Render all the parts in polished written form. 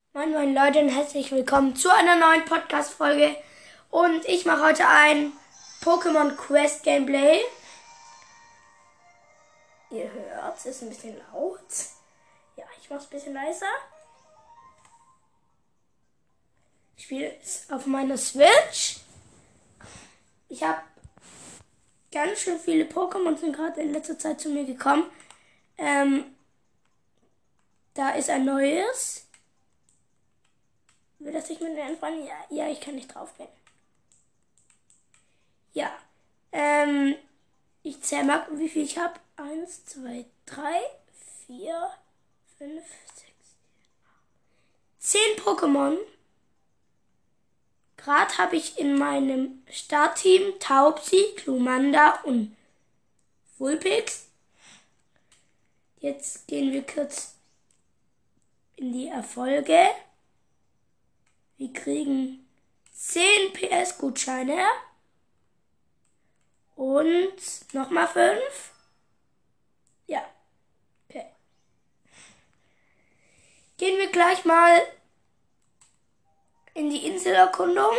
Moin moin Leute und herzlich willkommen zu einer neuen Podcast-Folge. Und ich mache heute ein Pokémon Quest Gameplay. Ihr hört, es ist ein bisschen laut. Ja, ich mache es ein bisschen leiser. Ich spiele es auf meiner Switch. Ich habe ganz schön viele Pokémon sind gerade in letzter Zeit zu mir gekommen. Da ist ein neues. Will das nicht mit mir anfangen? Ja, ich kann nicht drauf gehen. Ja, ich zähle mal, wie viel ich habe. 1, 2, 3, 4, 5, 6, 10 Pokémon. Gerade habe ich in meinem Startteam Taubsi, Glumanda und Vulpix. Jetzt gehen wir kurz in die Erfolge. Wir kriegen 10 PS-Gutscheine. Und nochmal 5. Ja, okay. Gehen wir gleich mal in die Inselerkundung.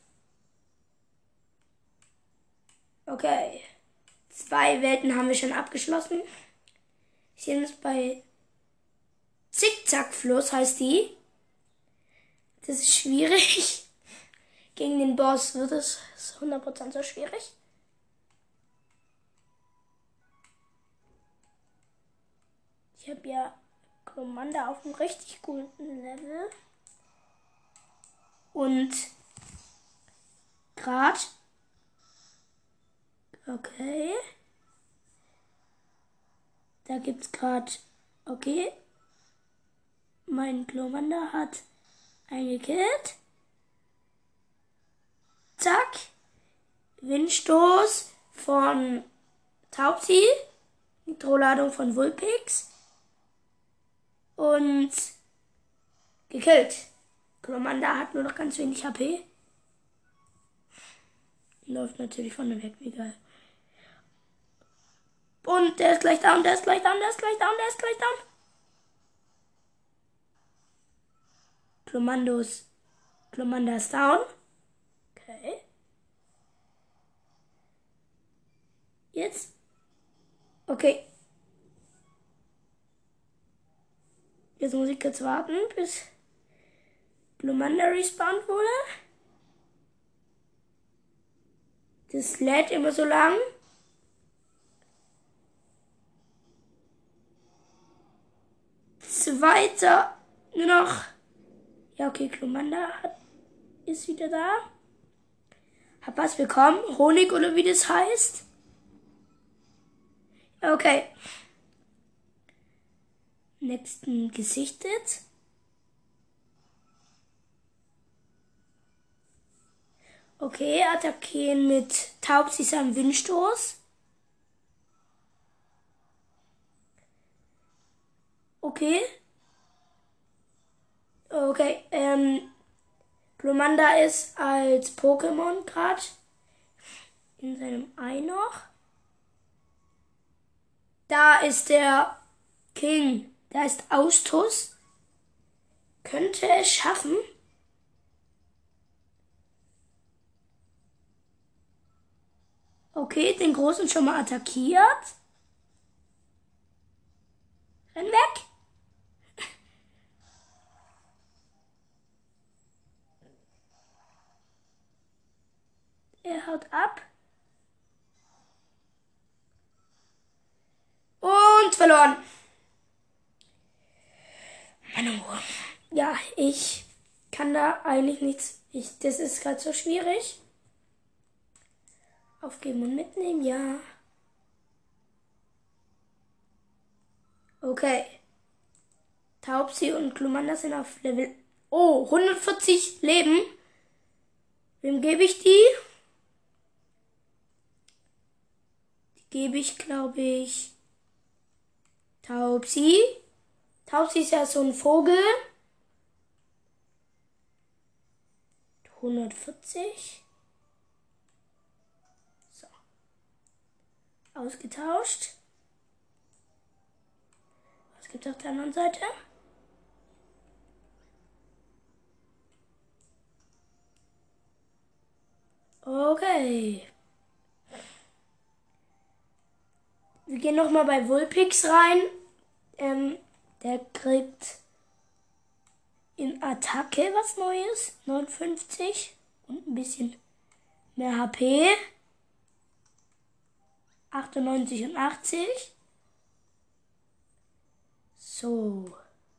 Okay. 2 Welten haben wir schon abgeschlossen. Wir sind jetzt bei Zickzackfluss, heißt die. Das ist schwierig. Gegen den Boss wird es 100% so schwierig. Ich habe ja Glumanda auf einem richtig guten Level. Und gerade. Okay. Da gibt's gerade. Okay. Mein Glumanda hat eingekillt. Zack. Windstoß von Taubsi. Nitroladung von Vulpix. Und gekillt. Glumanda hat nur noch ganz wenig HP. Läuft natürlich von der weg, wie geil. Und der ist gleich down, der ist gleich down, der ist gleich down, der ist gleich down. Glumanda ist down. Okay. Jetzt. Okay. Jetzt muss ich kurz warten, bis Glumanda respawned wurde. Das lädt immer so lang. Zweiter. Nur noch. Ja, okay, Glumanda ist wieder da. Hab was bekommen. Honig oder wie das heißt. Okay. Nächsten gesichtet. Okay, attackieren mit Taubsi am Windstoß. Okay. Okay, Glumanda ist als Pokémon gerade in seinem Ei noch. Da ist der King. Da ist Austus. Könnte es schaffen. Okay, den Großen schon mal attackiert. Renn weg. Er haut ab. Und verloren. Meine Uhr. Ja, ich kann da eigentlich nichts. Das ist gerade so schwierig. Aufgeben und mitnehmen, ja. Okay. Taubsi und Glumanda sind auf Level. Oh, 140 Leben. Wem gebe ich die? Die gebe ich, glaube ich, Taubsi. Taubsi ist ja so ein Vogel. 140. So. Ausgetauscht. Was gibt es auf der anderen Seite? Okay. Wir gehen nochmal bei Vulpix rein. Der kriegt in Attacke was Neues. 59 und ein bisschen mehr HP. 98 und 80. So.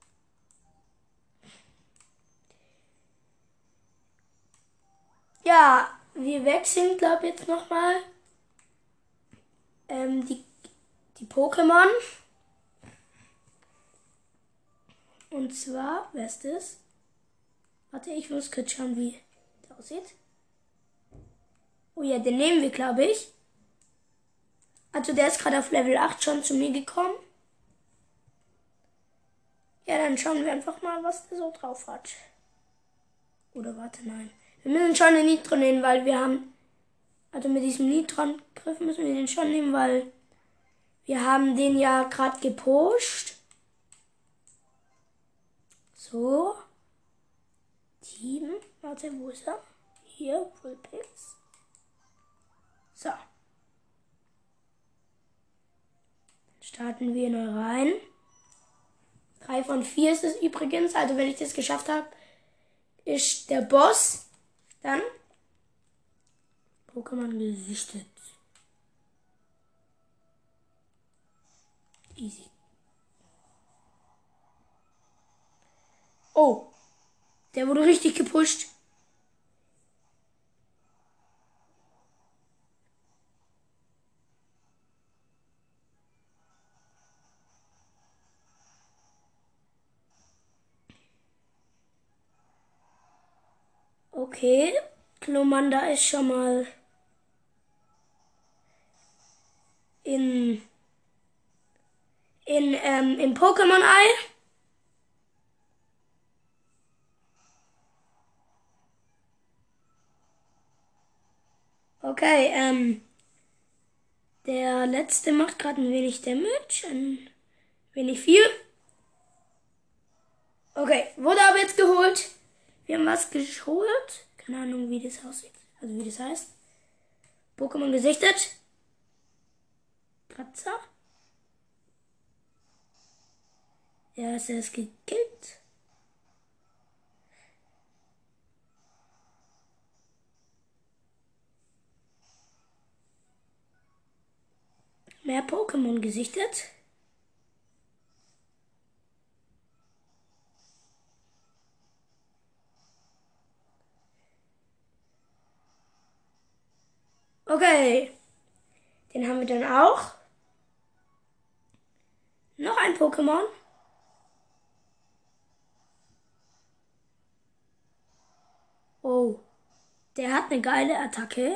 Ja, wir wechseln, glaube ich, jetzt nochmal die Pokémon. Und zwar, wer ist das? Warte, ich muss kurz schauen, wie der aussieht. Oh ja, den nehmen wir, glaube ich. Also der ist gerade auf Level 8 schon zu mir gekommen. Ja, dann schauen wir einfach mal, was der so drauf hat. Oder warte, nein. Wir müssen schon den Nitro nehmen, weil wir haben... Also mit diesem Nitron-Griff müssen wir den schon nehmen, weil wir haben den ja gerade gepusht. So. Team. Warte, wo ist er? Hier, Vulpix. So. Starten wir neu rein. 3 von 4 ist es übrigens. Also wenn ich das geschafft habe, ist der Boss dann Pokémon gesichtet. Easy. Oh, der wurde richtig gepusht. Okay, Glomanda ist schon mal im Pokémon-Ei. Okay, der letzte macht gerade ein wenig Damage, ein wenig viel. Okay, wurde aber jetzt geholt. Wir haben was geholt. Keine Ahnung, wie das aussieht. Also wie das heißt. Pokémon gesichtet. Kratzer. Ja, ist erst gekillt. Mehr Pokémon gesichtet. Okay. Den haben wir dann auch. Noch ein Pokémon. Oh. Der hat eine geile Attacke.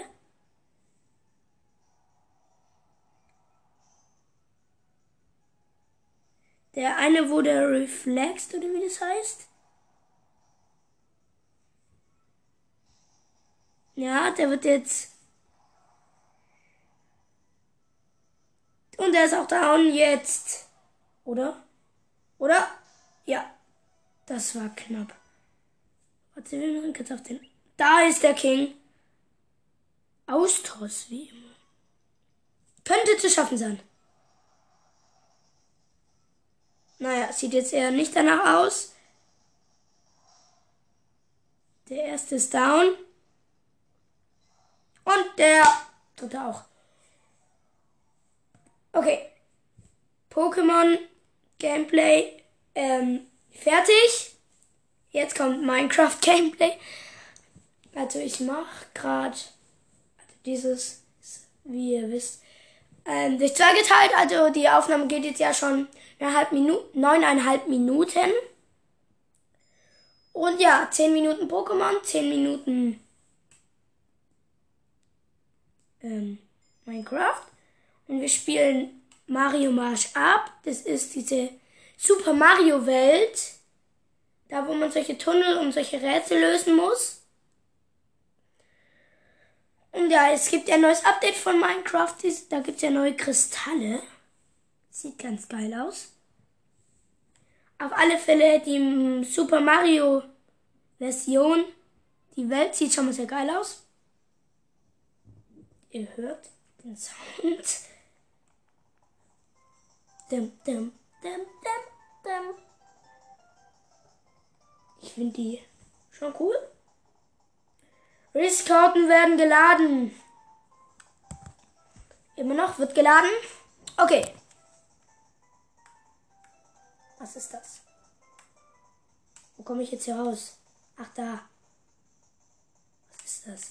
Der eine wurde reflext, oder wie das heißt. Ja, der wird jetzt... Und der ist auch down jetzt. Oder? Oder? Ja. Das war knapp. Warte, wir müssen kurz auf den... Da ist der King. Austausch, wie immer. Könnte zu schaffen sein. Naja, sieht jetzt eher nicht danach aus. Der erste ist down. Und der dritte auch. Okay. Pokémon Gameplay fertig. Jetzt kommt Minecraft Gameplay. Also ich mache gerade dieses, wie ihr wisst, durch 2 geteilt. Also die Aufnahme geht jetzt ja schon 9,5 Minuten. Und ja, 10 Minuten Pokémon, 10 Minuten Minecraft. Und wir spielen Mario Marsh Up. Das ist diese Super Mario Welt. Da, wo man solche Tunnel und solche Rätsel lösen muss. Und ja, es gibt ja ein neues Update von Minecraft. Da gibt es ja neue Kristalle. Sieht ganz geil aus. Auf alle Fälle die Super Mario Version. Die Welt sieht schon mal sehr geil aus. ihr hört den Sound. Dum, dum, dum, dum, dum. Ich finde die schon cool. Risk-Karten werden geladen. Immer noch wird geladen. Okay. Was ist das? Wo komme ich jetzt hier raus? Ach, da. Was ist das?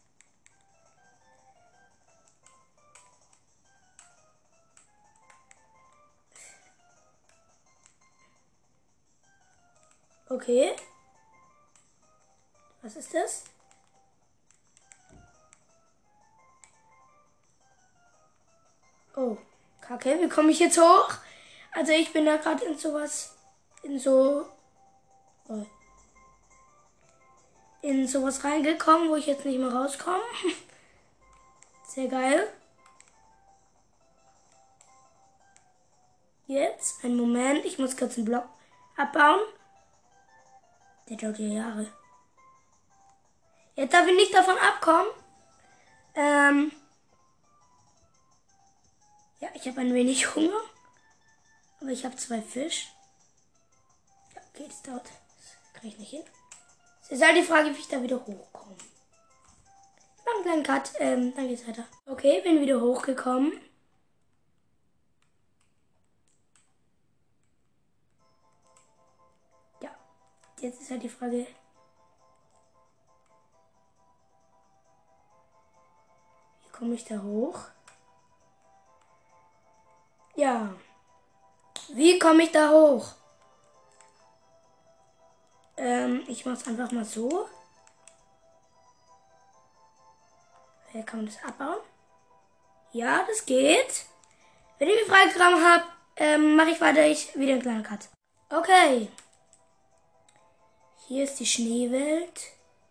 Okay. Was ist das? Oh, kacke. Wie komme ich jetzt hoch? Also ich bin da gerade in sowas reingekommen, wo ich jetzt nicht mehr rauskomme. Sehr geil. Jetzt, einen Moment, ich muss kurz einen Block abbauen. Der dauert ja Jahre. Jetzt darf ich nicht davon abkommen. Ja, ich habe ein wenig Hunger. Aber ich habe 2 Fisch. Ja, okay, das dauert. Das kriege ich nicht hin. Es ist halt die Frage, wie ich da wieder hochkomme. Ich mache einen kleinen Cut. Dann geht's weiter. Okay, bin wieder hochgekommen. Ja, jetzt ist halt die Frage. Wie komme ich da hoch? Ja. Wie komme ich da hoch? Ich mache es einfach mal so. Kann man das abbauen? Ja, das geht. Wenn ich mich freigegraben habe, mache ich weiter. Wieder einen kleinen Cut. Okay. Hier ist die Schneewelt.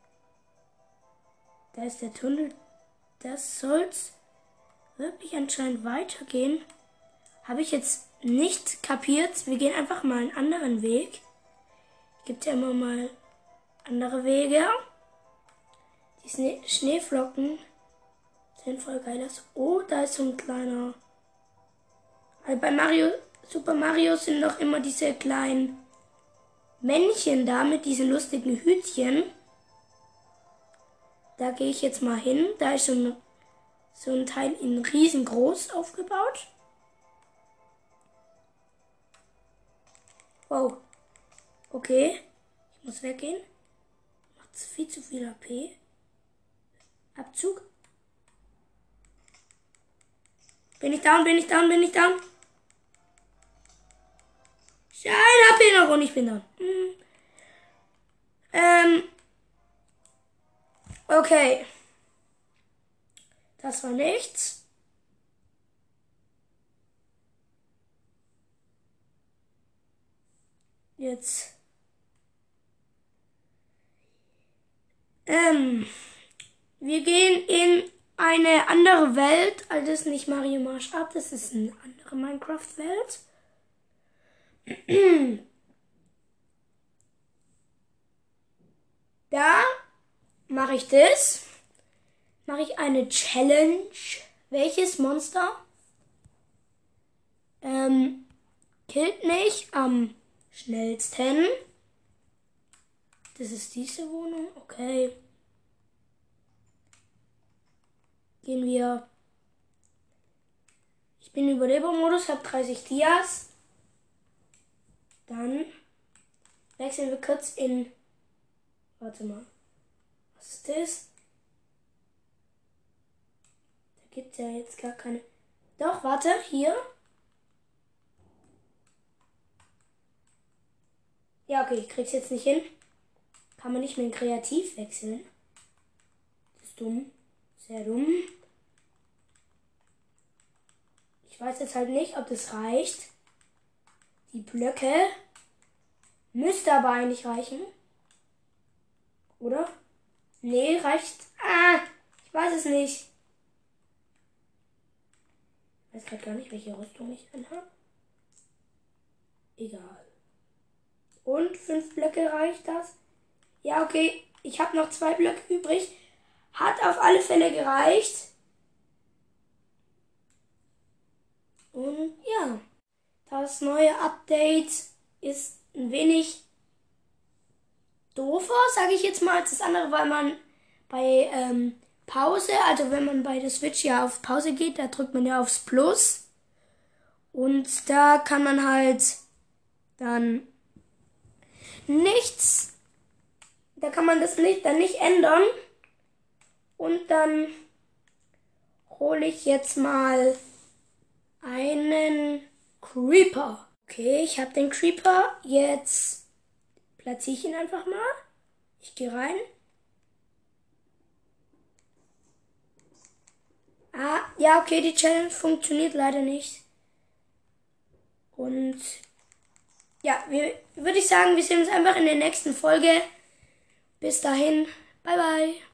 Da ist der Tunnel. Das soll's wirklich anscheinend weitergehen. Habe ich jetzt nicht kapiert. Wir gehen einfach mal einen anderen Weg. Gibt ja immer mal andere Wege. Die Schneeflocken sehen voll geil aus. Oh, da ist so ein kleiner. Also bei Super Mario sind doch immer diese kleinen Männchen da mit diesen lustigen Hütchen. Da gehe ich jetzt mal hin. Da ist so ein Teil in riesengroß aufgebaut. Wow. Okay. Ich muss weggehen. Macht viel zu viel AP. Abzug. Bin ich down? Schein AP noch und ich bin down. Okay. Das war nichts. Jetzt. Wir gehen in eine andere Welt. Also das ist nicht Mario Marsh Up, das ist eine andere Minecraft-Welt. Da mache ich das. Mache ich eine Challenge. Welches Monster killt mich am schnellsten? Das ist diese Wohnung. Okay. Gehen wir. Ich bin im Überlebermodus, habe 30 Dias. Dann wechseln wir kurz in. Warte mal. Was ist das? Da gibt es ja jetzt gar keine. Doch, warte, hier. Ja, okay, ich krieg's jetzt nicht hin. Kann man nicht mehr in Kreativ wechseln. Das ist dumm. Sehr dumm. Ich weiß jetzt halt nicht, ob das reicht. Die Blöcke. Müsste aber eigentlich reichen. Oder? Nee, reicht. Ich weiß es nicht. Ich weiß gerade gar nicht, welche Rüstung ich anhabe. Egal. Und 5 Blöcke reicht das? Ja, okay. Ich habe noch 2 Blöcke übrig. Hat auf alle Fälle gereicht. Und ja, das neue Update ist ein wenig doofer, sage ich jetzt mal, als das andere, weil man bei Pause, also wenn man bei der Switch ja auf Pause geht, da drückt man ja aufs Plus. Und da kann man halt dann nichts, da kann man das dann nicht ändern. Und dann hole ich jetzt mal einen Creeper. Okay, ich habe den Creeper. Jetzt platziere ich ihn einfach mal. Ich gehe rein. Ah, ja, okay, die Challenge funktioniert leider nicht. Und ja, würde ich sagen, wir sehen uns einfach in der nächsten Folge. Bis dahin, bye bye.